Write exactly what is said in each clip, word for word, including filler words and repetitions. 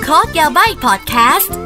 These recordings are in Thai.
คอร์สยาใบ้พอดแคสต์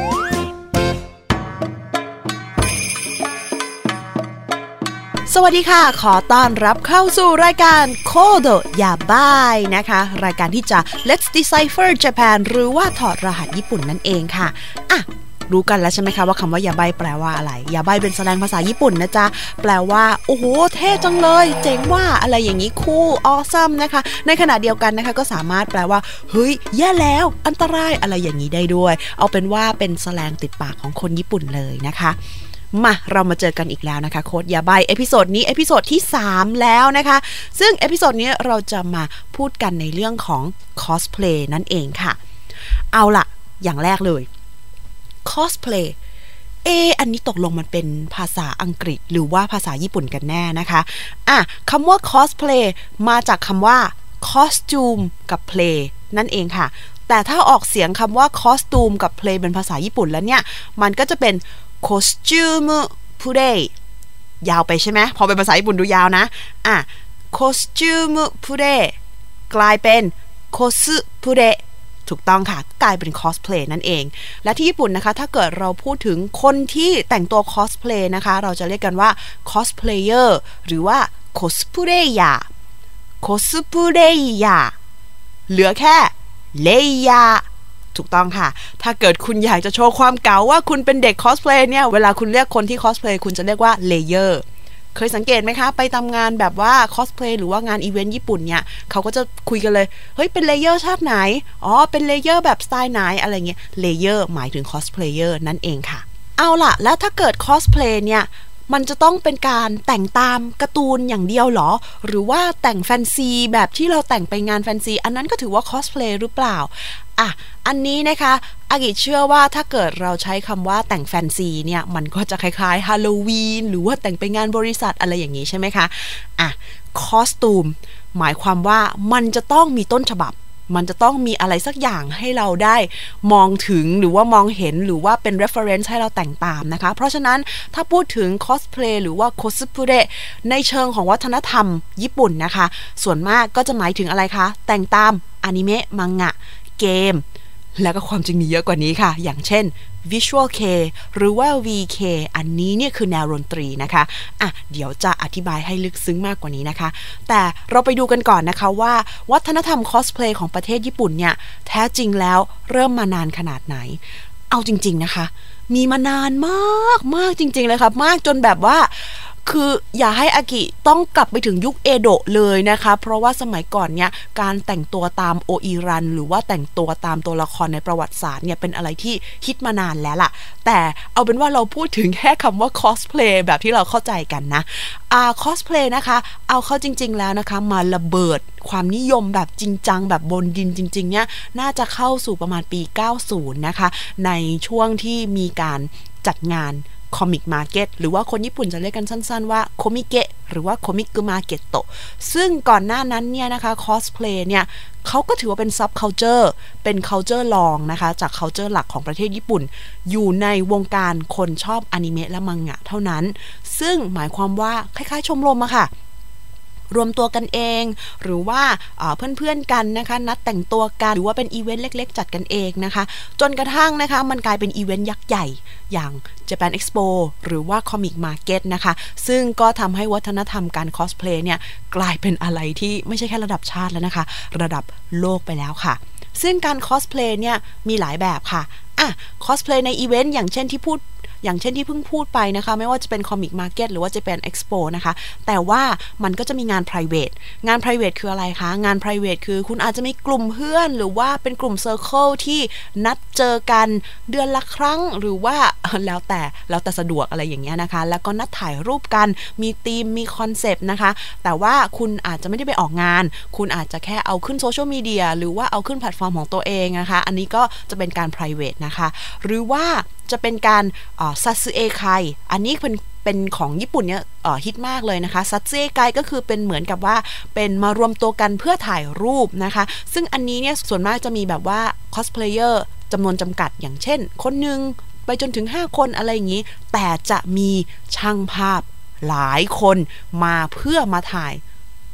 สวัสดีค่ะขอต้อนรับเข้าสู่รายการโคโดยาบ้ายนะคะรายการที่จะ Let's Decipher Japan หรือว่าถอดรหัสญี่ปุ่นนั่นเองค่ะอ่ะรู้กันแล้วใช่ไหมคะว่าคำว่ายาใบ้แปลว่าอะไรยาใบ้เป็นแสดงภาษาญี่ปุ่นนะจ๊ะแปลว่าโอ้โหเท่จังเลยเจ๋งว่าอะไรอย่างนี้คูลออซัมนะคะในขณะเดียวกันนะคะก็สามารถแปลว่าเฮ้ยแย่แล้วอันตรายอะไรอย่างนี้ได้ด้วยเอาเป็นว่าเป็นแสดงติดปากของคนญี่ปุ่นเลยนะคะมาเรามาเจอกันอีกแล้วนะคะโค้ดยาใบเอพิโซดนี้เอพิโซดที่สามแล้วนะคะซึ่งเอพิโซดนี้เราจะมาพูดกันในเรื่องของคอสเพลย์นั่นเองค่ะเอาล่ะอย่างแรกเลยคอสเพลย์เออันนี้ตกลงมันเป็นภาษาอังกฤษหรือว่าภาษาญี่ปุ่นกันแน่นะคะอ่ะคำว่าคอสเพลย์มาจากคำว่าคอสตูมกับเพลย์นั่นเองค่ะแต่ถ้าออกเสียงคำว่าคอสตูมกับเพลย์เป็นภาษาญี่ปุ่นแล้วเนี่ยมันก็จะเป็นคอสตูมเพลย์ยาวไปใช่ไหมพอเป็นภาษาญี่ปุ่นดูยาวนะอ่ะคอสตูมเพลย์กลายเป็นคอสเพลย์ถูกต้องค่ะกลายเป็นคอสเพลย์นั่นเองและที่ญี่ปุ่นนะคะถ้าเกิดเราพูดถึงคนที่แต่งตัวคอสเพลย์นะคะเราจะเรียกกันว่าคอสเพลเยอร์หรือว่าคอสเพลย์ยาคอสเพลย์ยาเหลือแค่เลย์ยาถูกต้องค่ะถ้าเกิดคุณอยากจะโชว์ความเก๋าว่าคุณเป็นเด็กคอสเพลย์เนี่ยเวลาคุณเรียกคนที่คอสเพลย์คุณจะเรียกว่าเลเยอร์เคยสังเกตไหมคะไปทำงานแบบว่าคอสเพลย์หรือว่างานอีเวนต์ญี่ปุ่นเนี่ยเขาก็จะคุยกันเลยเฮ้ยเป็นเลเยอร์ชาติไหนอ๋อเป็นเลเยอร์แบบสไตล์ไหนอะไรเงี้ยเลเยอร์หมายถึงคอสเพลเยอร์นั่นเองค่ะเอาล่ะแล้วถ้าเกิดคอสเพลย์เนี่ยมันจะต้องเป็นการแต่งตามการ์ตูนอย่างเดียวหรอหรือว่าแต่งแฟนซีแบบที่เราแต่งไปงานแฟนซีอันนั้นก็ถือว่าคอสเพลย์หรือเปล่าอ่ะอันนี้นะคะอากิเชื่อว่าถ้าเกิดเราใช้คำว่าแต่งแฟนซีเนี่ยมันก็จะคล้ายๆฮาโลวีนหรือว่าแต่งไปงานบริษัทอะไรอย่างนี้ใช่ไหมคะอ่ะคอสตูมหมายความว่ามันจะต้องมีต้นฉบับมันจะต้องมีอะไรสักอย่างให้เราได้มองถึงหรือว่ามองเห็นหรือว่าเป็น reference ให้เราแต่งตามนะคะเพราะฉะนั้นถ้าพูดถึง cosplay หรือว่า cosplay ในเชิงของวัฒนธรรมญี่ปุ่นนะคะส่วนมากก็จะหมายถึงอะไรคะแต่งตามอนิเมะมังงะเกมแล้วก็ความจริงมีเยอะกว่านี้ค่ะอย่างเช่น Visual K หรือว่า วี เค อันนี้เนี่ยคือแนวดนตรีนะคะอ่ะเดี๋ยวจะอธิบายให้ลึกซึ้งมากกว่านี้นะคะแต่เราไปดูกันก่อนนะคะว่าวัฒนธรรมคอสเพลย์ของประเทศญี่ปุ่นเนี่ยแท้จริงแล้วเริ่มมานานขนาดไหนเอาจริงๆนะคะมีมานานมากมากจริงๆเลยครับมากจนแบบว่าคืออย่าให้อากิต้องกลับไปถึงยุคเอโดะเลยนะคะเพราะว่าสมัยก่อนเนี่ยการแต่งตัวตามโออิรันหรือว่าแต่งตัวตามตัวละครในประวัติศาสตร์เนี่ยเป็นอะไรที่ฮิตมานานแล้วล่ะแต่เอาเป็นว่าเราพูดถึงแค่คำว่าคอสเพลย์แบบที่เราเข้าใจกันนะอ่าคอสเพลย์นะคะเอาเข้าจริงๆแล้วนะคะมาระเบิดความนิยมแบบจริงจังแบบบนดินจริงๆเนี่ยน่าจะเข้าสู่ประมาณปีเก้าสิบนะคะในช่วงที่มีการจัดงานคอมิกมาร์เก็ตหรือว่าคนญี่ปุ่นจะเรียกกันสั้นๆว่าโคมิเกะหรือว่าโคมิกมาร์เก็ตโตซึ่งก่อนหน้านั้นเนี่ยนะคะคอสเพลย์เนี่ยเขาก็ถือว่าเป็นซับคัลเจอร์เป็นคัลเจอร์รองนะคะจากคัลเจอร์หลักของประเทศญี่ปุ่นอยู่ในวงการคนชอบอนิเมะและมังงะเท่านั้นซึ่งหมายความว่าคล้ายๆชมรมอะค่ะรวมตัวกันเองหรือว่าเพื่อนๆกันนะคะนัดแต่งตัวกันหรือว่าเป็นอีเวนต์เล็กๆจัดกันเองนะคะจนกระทั่งนะคะมันกลายเป็นอีเวนต์ยักษ์ใหญ่อย่าง Japan Expo หรือว่า Comic Market นะคะซึ่งก็ทำให้วัฒนธรรมการคอสเพลย์เนี่ยกลายเป็นอะไรที่ไม่ใช่แค่ระดับชาติแล้วนะคะระดับโลกไปแล้วค่ะซึ่งการคอสเพลย์เนี่ยมีหลายแบบค่ะอ่ะคอสเพลย์ในอีเวนต์อย่างเช่นที่พูดอย่างเช่นที่เพิ่งพูดไปนะคะไม่ว่าจะเป็น Comic Market หรือว่าจะเป็น Expo นะคะแต่ว่ามันก็จะมีงาน private งาน private คืออะไรคะงาน private คือคุณอาจจะมีกลุ่มเพื่อนหรือว่าเป็นกลุ่ม Circle ที่นัดเจอกันเดือนละครั้งหรือว่าแล้วแต่แล้วแต่สะดวกอะไรอย่างเงี้ยนะคะแล้วก็นัดถ่ายรูปกันมีธีมมีคอนเซปต์นะคะแต่ว่าคุณอาจจะไม่ได้ไปออกงานคุณอาจจะแค่เอาขึ้นโซเชียลมีเดียหรือว่าเอาขึ้นแพลตฟอร์มของตัวเองนะคะอันนี้ก็จะเป็นการ private นะคะหรือว่าจะเป็นการซัตสึเอไคอันนี้เป็นเป็นของญี่ปุ่นเนี่ยฮิตมากเลยนะคะซัตสึเอไคก็คือเป็นเหมือนกับว่าเป็นมารวมตัวกันเพื่อถ่ายรูปนะคะซึ่งอันนี้เนี่ยส่วนมากจะมีแบบว่าคอสเพลเยอร์จำนวนจำกัดอย่างเช่นคนหนึ่งไปจนถึงห้าคนอะไรอย่างนี้แต่จะมีช่างภาพหลายคนมาเพื่อมาถ่ายเนี่ยแหละ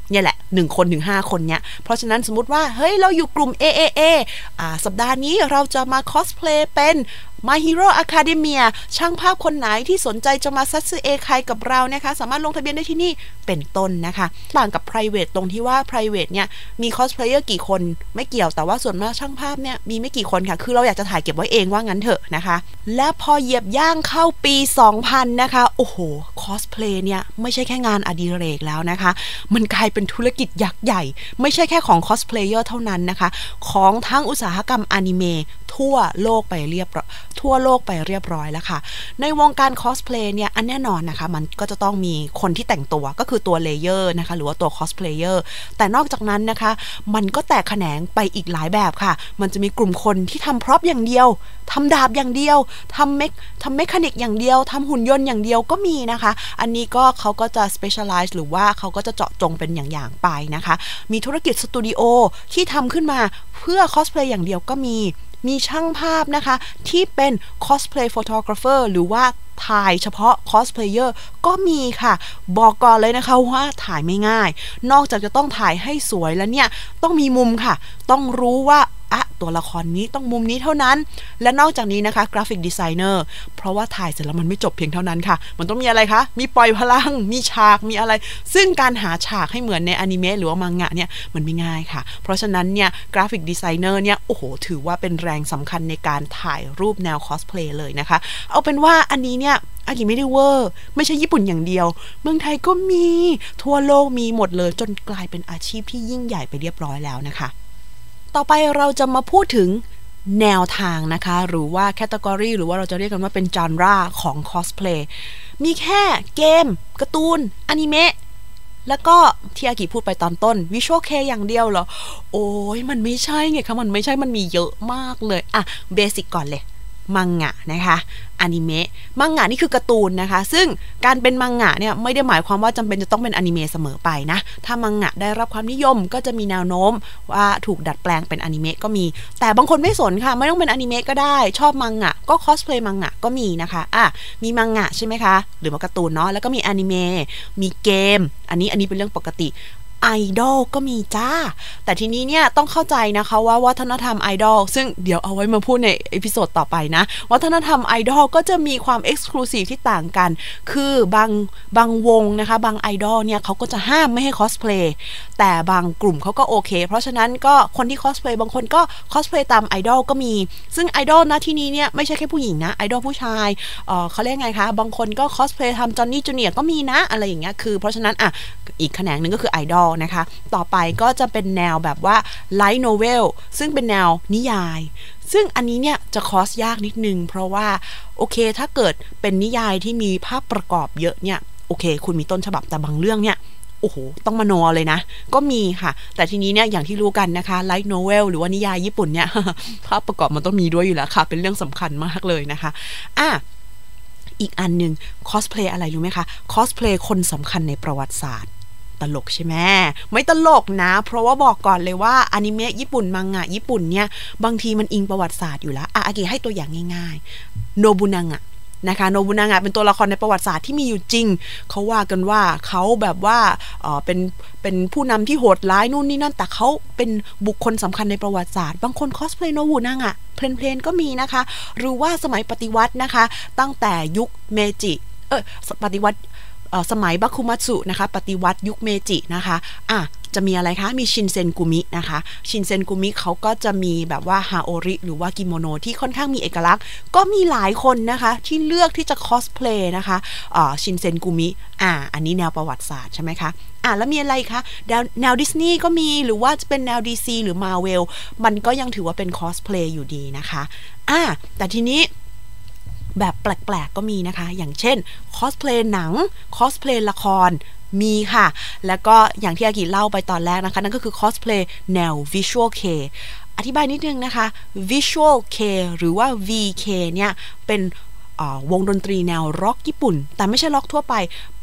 หนึ่งคนถึงห้าคนเนี้ยเพราะฉะนั้นสมมุติว่าเฮ้ยเราอยู่กลุ่ม เอ เอ เอ อ่าสัปดาห์นี้เราจะมาคอสเพลย์เป็นMy Hero Academia ช่างภาพคนไหนที่สนใจจะมาซัตสึเอไคกับเรานะคะสามารถลงทะเบียนได้ที่นี่เป็นต้นนะคะต่างกับ private ตรงที่ว่า private เนี่ยมี cosplayer กี่คนไม่เกี่ยวแต่ว่าส่วนมากช่างภาพเนี่ยมีไม่กี่คนค่ะคือเราอยากจะถ่ายเก็บไว้เองว่างั้นเถอะนะคะและพอเหยียบย่างเข้าปีสองพันนะคะโอ้โห cosplay เนี่ยไม่ใช่แค่งานอดิเรกแล้วนะคะมันกลายเป็นธุรกิจยักษ์ใหญ่ไม่ใช่แค่ของ cosplayer เท่านั้นนะคะของทั้งอุตสาหกรรมอนิเมะทั่วโลกไปเรียบทั่วโลกไปเรียบร้อยแล้วค่ะในวงการคอสเพลย์เนี่ยอันแน่นอนนะคะมันก็จะต้องมีคนที่แต่งตัวก็คือตัวเลเยอร์นะคะหรือว่าตัวคอสเพลเยอร์แต่นอกจากนั้นนะคะมันก็แตกแขนงไปอีกหลายแบบค่ะมันจะมีกลุ่มคนที่ทำพร็อพอย่างเดียวทำดาบอย่างเดียวทำเมคทำเมคานิกอย่างเดียวทำหุ่นยนต์อย่างเดียวก็มีนะคะอันนี้ก็เขาก็จะ specialize หรือว่าเขาก็จะเจาะจงเป็นอย่างๆไปนะคะมีธุรกิจสตูดิโอที่ทำขึ้นมาเพื่อคอสเพลย์อย่างเดียวก็มีมีช่างภาพนะคะที่เป็น cosplay photographer หรือว่าถ่ายเฉพาะ cosplayer ก็มีค่ะบอกก่อนเลยนะคะว่าถ่ายไม่ง่ายนอกจากจะต้องถ่ายให้สวยแล้วเนี่ยต้องมีมุมค่ะต้องรู้ว่าอะตัวละครนี้ต้องมุมนี้เท่านั้นและนอกจากนี้นะคะกราฟิกดีไซเนอร์เพราะว่าถ่ายเสร็จแล้วมันไม่จบเพียงเท่านั้นค่ะมันต้องมีอะไรคะมีปล่อยพลังมีฉากมีอะไรซึ่งการหาฉากให้เหมือนในอนิเมะหรือว่ามังงะเนี่ยมันไม่ง่ายค่ะเพราะฉะนั้นเนี่ยกราฟิกดีไซเนอร์เนี่ยโอ้โหถือว่าเป็นแรงสำคัญในการถ่ายรูปแนวคอสเพลย์เลยนะคะเอาเป็นว่าอันนี้เนี่ยอากิไม่ได้เวอร์ไม่ใช่ญี่ปุ่นอย่างเดียวเมืองไทยก็มีทั่วโลกมีหมดเลยจนกลายเป็นอาชีพที่ยิ่งใหญ่ไปเรียบร้อยแล้วนะคะต่อไปเราจะมาพูดถึงแนวทางนะคะหรือว่าแคตตากรีหรือว่าเราจะเรียกกันว่าเป็นจอนราของคอสเพลย์มีแค่เกมการ์ตูนอนิเมะแล้วก็ที่อากิพูดไปตอนต้นวิชวลเคอย่างเดียวเหรอโอ้ยมันไม่ใช่ไงคะมันไม่ใช่มันมีเยอะมากเลยอะเบสิกก่อนเลยมังงะนะคะอนิเมะมังงะนี่คือการ์ตูนนะคะซึ่งการเป็นมังงะเนี่ยไม่ได้หมายความว่าจำเป็นจะต้องเป็นอนิเมะเสมอไปนะถ้ามังงะได้รับความนิยมก็จะมีแนวโน้มว่าถูกดัดแปลงเป็นอนิเมะก็มีแต่บางคนไม่สนค่ะไม่ต้องเป็นอนิเมะก็ได้ชอบมังงะก็คอสเพลย์มังงะก็มีนะคะอ่ะมีมังงะใช่ไหมคะหรือว่าการ์ตูนเนาะแล้วก็มีอนิเมะมีเกมอันนี้อันนี้เป็นเรื่องปกติไอดอลก็มีจ้าแต่ทีนี้เนี่ยต้องเข้าใจนะคะว่าวัฒนธรรมไอดอลซึ่งเดี๋ยวเอาไว้มาพูดในเอพิโซดต่อไปนะวัฒนธรรมไอดอลก็จะมีความเอ็กซ์คลูซีฟที่ต่างกันคือบางบางวงนะคะบางไอดอลเนี่ยเขาก็จะห้ามไม่ให้คอสเพลย์แต่บางกลุ่มเขาก็โอเคเพราะฉะนั้นก็คนที่คอสเพลย์บางคนก็คอสเพลย์ตามไอดอลก็มีซึ่งไอดอลณที่นี้เนี่ยไม่ใช่แค่ผู้หญิงนะไอดอลผู้ชายเอ่อเขาเรียกไงคะบางคนก็คอสเพลย์ทำจอห์นนี่จูเนียร์ก็มีนะอะไรอย่างเงี้ยคือเพราะฉะนั้นอ่ะอีกแขนงนึงก็คือไอดอลนะคะต่อไปก็จะเป็นแนวแบบว่าไลท์โนเวลซึ่งเป็นแนวนิยายซึ่งอันนี้เนี่ยจะคอสยากนิดนึงเพราะว่าโอเคถ้าเกิดเป็นนิยายที่มีภาพประกอบเยอะเนี่ยโอเคคุณมีต้นฉบับแต่บางเรื่องเนี่ยโอ้โหต้องมโนเลยนะก็มีค่ะแต่ทีนี้เนี่ยอย่างที่รู้กันนะคะไลท์โนเวลหรือว่านิยายญี่ปุ่นเนี่ย ภาพประกอบมันต้องมีด้วยอยู่แล้วค่ะเป็นเรื่องสำคัญมากเลยนะคะอ่ะอีกอันนึงคอสเพลย์อะไรรู้ไหมคะคอสเพลย์คนสำคัญในประวัติศาสตร์ตลกใช่ไหมไม่ตลกนะเพราะว่าบอกก่อนเลยว่าอนิเมะญี่ปุ่นมังงะญี่ปุ่นเนี่ยบางทีมันอิงประวัติศาสตร์อยู่แล้วอ่ะอากิให้ตัวอย่างง่ายๆโนบุนางะนะคะโนบุนางะเป็นตัวละครในประวัติศาสตร์ที่มีอยู่จริงเขาว่ากันว่าเขาแบบว่าเออเป็นเป็นผู้นำที่โหดร้ายนู่นนี่นั่นแต่เขาเป็นบุคคลสำคัญในประวัติศาสตร์บางคนคอสเพลย์โนบุนางะเพลนๆก็มีนะคะหรือว่าสมัยปฏิวัตินะคะตั้งแต่ยุคเมจิเออปฏิวัติสมัยบาคุมัตสึนะคะปฏิวัติยุคเมจินะคะอ่ะจะมีอะไรคะมีชินเซนกุมินะคะชินเซนกุมิเขาก็จะมีแบบว่าฮาโอริหรือว่ากิโมโนที่ค่อนข้างมีเอกลักษณ์ก็มีหลายคนนะคะที่เลือกที่จะคอสเพลย์นะคะอ่าชินเซนกุมิอ่าอันนี้แนวประวัติศาสตร์ใช่ไหมคะอ่ะแล้วมีอะไรคะแนวแนวดิสนีย์ก็มีหรือว่าจะเป็นแนว ดี ซี หรือ Marvel มันก็ยังถือว่าเป็นคอสเพลย์อยู่ดีนะคะอ่ะแต่ทีนี้แบบแปลกๆก็มีนะคะอย่างเช่นคอสเพลย์หนังคอสเพลย์ละครมีค่ะแล้วก็อย่างที่อากิเล่าไปตอนแรกนะคะนั่นก็คือคอสเพลย์แนว Visual K อธิบายนิดนึงนะคะ Visual K หรือว่า วี เค เนี่ยเป็นวงดนตรีแนวร็อกญี่ปุ่นแต่ไม่ใช่ร็อกทั่วไปเป็น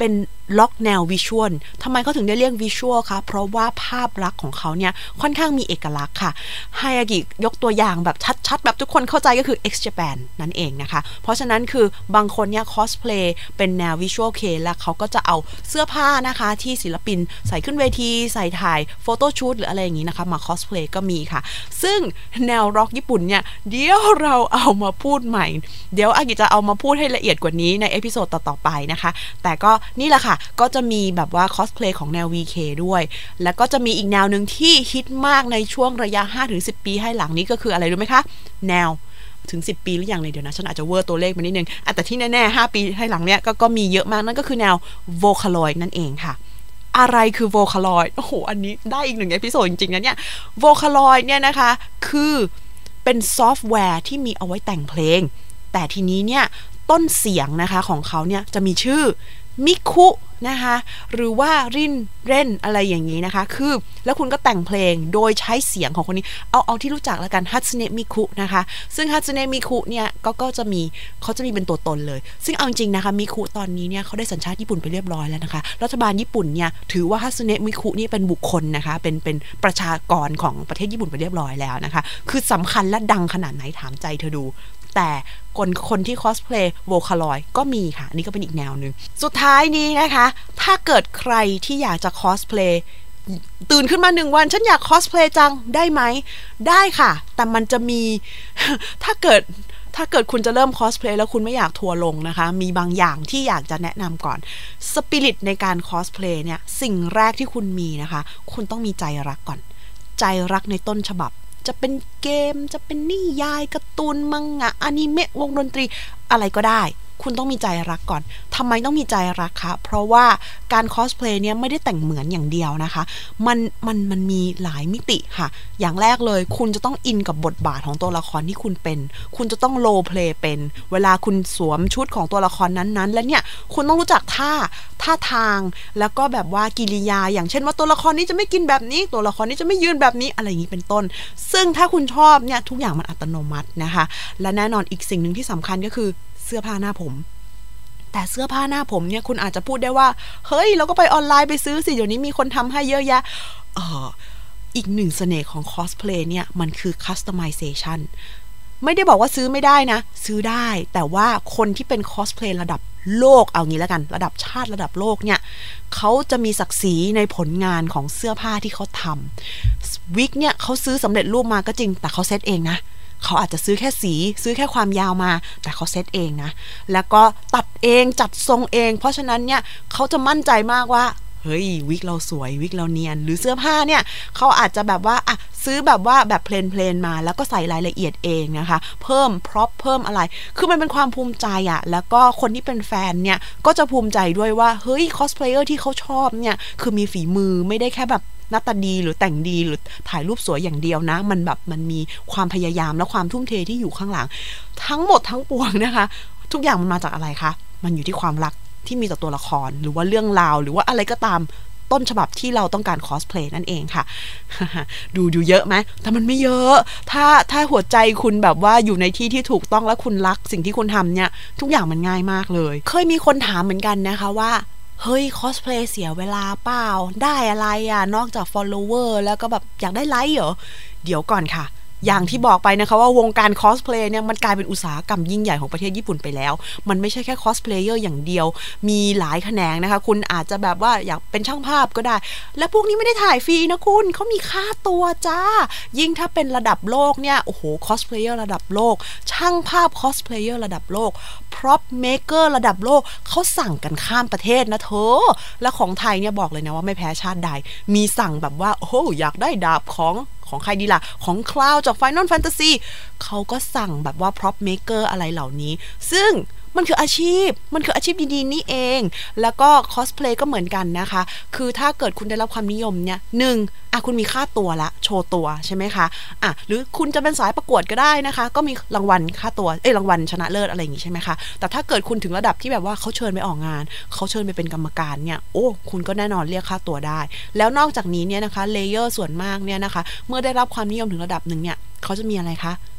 ล็อกแนววิชวลทำไมเขาถึงได้เรียกวิชวลคะเพราะว่าภาพลักษณ์ของเขาเนี่ยค่อนข้างมีเอกลักษณ์ค่ะไฮอากิยกตัวอย่างแบบชัดๆแบบทุกคนเข้าใจก็คือ X Japan นั่นเองนะคะเพราะฉะนั้นคือบางคนเนี่ยคอสเพลย์เป็นแนววิชวลเคแล้วเขาก็จะเอาเสื้อผ้านะคะที่ศิลปินใส่ขึ้นเวทีใส่ถ่ายโฟโต้ชูตหรืออะไรอย่างนี้นะคะมาคอสเพลย์ก็มีค่ะซึ่งแนวร็อกญี่ปุ่นเนี่ยเดี๋ยวเราเอามาพูดใหม่เดี๋ยวอากิจะเอามาพูดให้ละเอียดกว่านี้ในเอพิโซดต่อๆไปนะคะแต่ก็นี่แหละค่ะก็จะมีแบบว่าคอสเพลย์ของแนว วี เค ด้วยแล้วก็จะมีอีกแนวนึงที่ฮิตมากในช่วงระยะ ห้าถึงสิบ ปีให้หลังนี้ก็คืออะไรรู้ไหมคะแนวถึงสิบปีหรือยังเลยเดี๋ยวนะฉันอาจจะเวอร์ตัวเลขมานิดนึงแต่ที่แน่ๆห้าปีให้หลังเนี้ยก็ก็มีเยอะมากนั่นก็คือแนว Vocaloid นั่นเองค่ะอะไรคือ Vocaloid โอ้โหอันนี้ได้อีกหนึ่งเอพิโซดจริงๆนะเนี่ย Vocaloid เนี่ยนะคะคือเป็นซอฟต์แวร์ที่มีเอาไว้แต่งเพลงแต่ทีนี้เนี่ยต้นเสียงนะคะของเขาเนี่ยจะมีชื่อมิคุนะคะหรือว่ารินเร่นอะไรอย่างนี้นะคะคือแล้วคุณก็แต่งเพลงโดยใช้เสียงของคนนี้เอาเอาที่รู้จักแล้วกันฮัตสึเนะมิคุนะคะซึ่งฮัตสึเนะมิคุเนี่ยก็ก็จะมีเขาจะมีเป็นตัวตนเลยซึ่งเอาจริงนะคะมิคุตอนนี้เนี่ยเขาได้สัญชาติญี่ปุ่นไปเรียบร้อยแล้วนะคะรัฐบาลญี่ปุ่นเนี่ยถือว่าฮัตสึเนะมิคุนี่เป็นบุคคลนะคะเป็นเป็นประชากรของประเทศญี่ปุ่นไปเรียบร้อยแล้วนะคะคือสำคัญและดังขนาดไหนถามใจเธอดูแต่คนคนที่คอสเพลย์โวคาลอยก็มีค่ะอันนี้ก็เป็นอีกแนวนึงสุดท้ายนี้นะคะถ้าเกิดใครที่อยากจะคอสเพลย์ตื่นขึ้นมาหนึ่งวันฉันอยากคอสเพลย์จังได้ไหมได้ค่ะแต่มันจะมี ถ้าเกิดถ้าเกิดคุณจะเริ่มคอสเพลย์แล้วคุณไม่อยากทัวร์ลงนะคะมีบางอย่างที่อยากจะแนะนำก่อนสปิริตในการคอสเพลย์เนี่ยสิ่งแรกที่คุณมีนะคะคุณต้องมีใจรักก่อนใจรักในต้นฉบับจะเป็นเกมจะเป็นนิยายการ์ตูนมังงะอนิเมะวงดนตรีอะไรก็ได้คุณต้องมีใจรักก่อนทำไมต้องมีใจรักคะเพราะว่าการคอสเพลย์เนี่ยไม่ได้แต่งเหมือนอย่างเดียวนะคะมันมันมันมีหลายมิติค่ะอย่างแรกเลยคุณจะต้องอินกับบทบาทของตัวละครที่คุณเป็นคุณจะต้องโรลเพลย์เป็นเวลาคุณสวมชุดของตัวละครนั้นๆแล้วเนี่ยคุณต้องรู้จักท่าท่าทางแล้วก็แบบว่ากิริยาอย่างเช่นว่าตัวละครนี้จะไม่กินแบบนี้ตัวละครนี้จะไม่ยืนแบบนี้อะไรอย่างนี้เป็นต้นซึ่งถ้าคุณชอบเนี่ยทุกอย่างมันอัตโนมัตินะคะและแน่นอนอีกสิ่งหนึ่งที่สำคัญก็คือเสื้อผ้าหน้าผมแต่เสื้อผ้าหน้าผมเนี่ยคุณอาจจะพูดได้ว่าเฮ้ยเราก็ไปออนไลน์ไปซื้อสิเดี๋ยวนี้มีคนทำให้เยอะแยะเอ่ออีกหนึ่งเสน่ห์ของคอสเพลย์เนี่ยมันคือ customization ไม่ได้บอกว่าซื้อไม่ได้นะซื้อได้แต่ว่าคนที่เป็นคอสเพลย์ระดับโลกเอางี้แล้วกันระดับชาติระดับโลกเนี่ยเขาจะมีศักดิ์ศรีในผลงานของเสื้อผ้าที่เขาทำวิกเนี่ยเขาซื้อสำเร็จรูปมาก็จริงแต่เขาเซตเองนะเขาอาจจะซื้อแค่สีซื้อแค่ความยาวมาแต่เขาเซตเองนะแล้วก็ตัดเองจัดทรงเองเพราะฉะนั้นเนี่ยเขาจะมั่นใจมากว่าเฮ้ยวิกเราสวยวิกเราเนียนหรือเสื้อผ้าเนี่ยเขาอาจจะแบบว่าอ่ะซื้อแบบว่าแบบเพลนๆมาแล้วก็ใส่รายละเอียดเองนะคะเพิ่มพร็อพเพิ่มอะไรคือมันเป็นความภูมิใจอะแล้วก็คนที่เป็นแฟนเนี่ยก็จะภูมิใจด้วยว่าเฮ้ยคอสเพลเยอร์ที่เขาชอบเนี่ยคือมีฝีมือไม่ได้แค่แบบหน้าตาดีหรือแต่งดีหรือถ่ายรูปสวยอย่างเดียวนะมันแบบมันมีความพยายามและความทุ่มเทที่อยู่ข้างหลังทั้งหมดทั้งปวงนะคะทุกอย่างมันมาจากอะไรคะมันอยู่ที่ความรักที่มีต่อตัวละครหรือว่าเรื่องราวหรือว่าอะไรก็ตามต้นฉบับที่เราต้องการคอสเพลย์นั่นเองค่ะ ดูดูเยอะไหมแต่มันไม่เยอะถ้าถ้าหัวใจคุณแบบว่าอยู่ในที่ที่ถูกต้องและคุณรักสิ่งที่คุณทำเนี่ยทุกอย่างมันง่ายมากเลยเคยมีคนถามเหมือนกันนะคะว่าเฮ้ยคอสเพลย์เสียเวลาเปล่าได้อะไรอ่ะนอกจาก follower แล้วก็แบบอยากได้ไลค์เหรอเดี๋ยวก่อนค่ะอย่างที่บอกไปนะคะว่าวงการคอสเพลย์เนี่ยมันกลายเป็นอุตสาหกรรมยิ่งใหญ่ของประเทศญี่ปุ่นไปแล้วมันไม่ใช่แค่คอสเพลเยอร์อย่างเดียวมีหลายแขนงนะคะคุณอาจจะแบบว่าอยากเป็นช่างภาพก็ได้และพวกนี้ไม่ได้ถ่ายฟรีนะคุณเขามีค่าตัวจ้ายิ่งถ้าเป็นระดับโลกเนี่ยโอ้โหคอสเพลเยอร์ระดับโลกช่างภาพคอสเพลเยอร์ระดับโลกพร็อพเมเกอร์ระดับโลกเขาสั่งกันข้ามประเทศนะเธอและของไทยเนี่ยบอกเลยนะว่าไม่แพ้ชาติใดมีสั่งแบบว่าโอ้อยากได้ดาบของของใครดีล่ะของคลาวจาก Final Fantasy เขาก็สั่งแบบว่า prop maker อะไรเหล่านี้ซึ่งมันคืออาชีพมันคืออาชีพดีๆนี่เองแล้วก็ cosplay ก็เหมือนกันนะคะคือถ้าเกิดคุณได้รับความนิยมเนี่ยหนึ่งอ่ะคุณมีค่าตัวละโชว์ตัวใช่ไหมคะอ่ะหรือคุณจะเป็นสายประกวดก็ได้นะคะก็มีรางวัลค่าตัวเอ้ยรางวัลชนะเลิศอะไรอย่างงี้ใช่ไหมคะแต่ถ้าเกิดคุณถึงระดับที่แบบว่าเขาเชิญไปออกงานเขาเชิญไปเป็นกรรมการเนี่ยโอ้คุณก็แน่นอนเรียกค่าตัวได้แล้วนอกจากนี้เนี่ยนะคะเลเยอร์ส่วนมากเนี่ยนะคะเมื่อได้รับความนิยมถึงระดับหนึ่งเนี่ยเขาจะมีอะไรคะ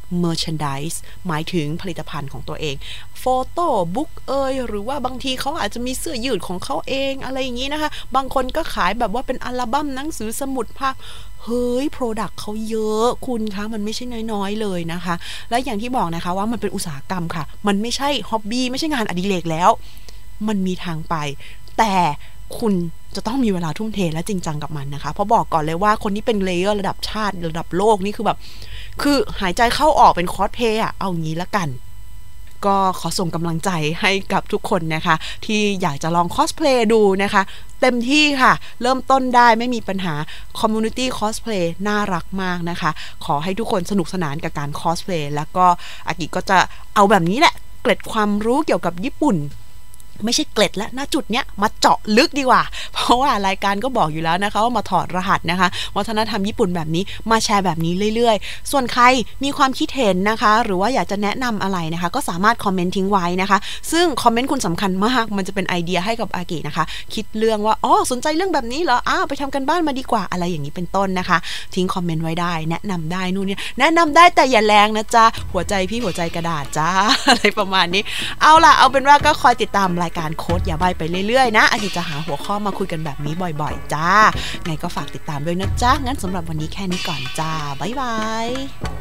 merchandise หมายถึงผลิตภัณฑ์ของตัวเองโฟโต้บุ๊กเอยหรือว่าบางทีเขาอาจจะมีเสื้อยืดของเขาเองอะไรอย่างนี้นะคะบางคนก็ขายแบบว่าเป็นอัลบั้มหนังสือสมุดภาพเฮ้ย product เขาเยอะคุณคะมันไม่ใช่น้อยๆเลยนะคะและอย่างที่บอกนะคะว่ามันเป็นอุตสาหกรรมค่ะมันไม่ใช่ฮ็อบบี้ไม่ใช่งานอดิเรกแล้วมันมีทางไปแต่คุณจะต้องมีเวลาทุ่มเทและจริงจังกับมันนะคะเพราะบอกก่อนเลยว่าคนที่เป็นเลเยอร์ระดับชาติระดับโลกนี่คือแบบคือหายใจเข้าออกเป็นคอสเพลย์อะเอางี้ละกันก็ขอส่งกำลังใจให้กับทุกคนนะคะที่อยากจะลองคอสเพลย์ดูนะคะเต็มที่ค่ะเริ่มต้นได้ไม่มีปัญหาคอมมูนิตี้คอสเพลย์น่ารักมากนะคะขอให้ทุกคนสนุกสนานกับการคอสเพลย์แล้วก็อากิก็จะเอาแบบนี้แหละเกร็ดความรู้เกี่ยวกับญี่ปุ่นไม่ใช่เกล็ดและณจุดเนี้ยมาเจาะลึกดีกว่าเพราะว่ารายการก็บอกอยู่แล้วนะคะว่ามาถอดรหัสนะคะวัฒนธรรมญี่ปุ่นแบบนี้มาแชร์แบบนี้เรื่อยๆส่วนใครมีความคิดเห็นนะคะหรือว่าอยากจะแนะนำอะไรนะคะก็สามารถคอมเมนต์ทิ้งไว้นะคะซึ่งคอมเมนต์คุณสำคัญมากมันจะเป็นไอเดียให้กับอากินะคะคิดเรื่องว่าอ๋อสนใจเรื่องแบบนี้เหรออ้าวไปทำกันบ้านมาดีกว่าอะไรอย่างนี้เป็นต้นนะคะทิ้งคอมเมนต์ไว้ได้แนะนำได้นู่นนี่แนะนำได้แต่อย่าแรงนะจ๊ะหัวใจพี่หัวใจกระดาษจ้าอะไรประมาณนี้เอาล่ะเอาเป็นว่าก็คอยติดตามรายการโค้ดอย่าใบไปเรื่อยๆนะอากิจะหาหัวข้อมาคุยกันแบบนี้บ่อยๆจ้าไงก็ฝากติดตามด้วยนะจ๊ะงั้นสำหรับวันนี้แค่นี้ก่อนจ้าบ๊ายบาย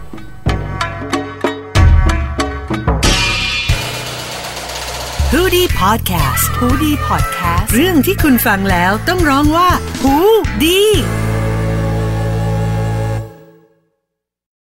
ฮูดี้พอดแคสต์ฮูดี้พอดแคสต์เรื่องที่คุณฟังแล้วต้องร้องว่าฮูดี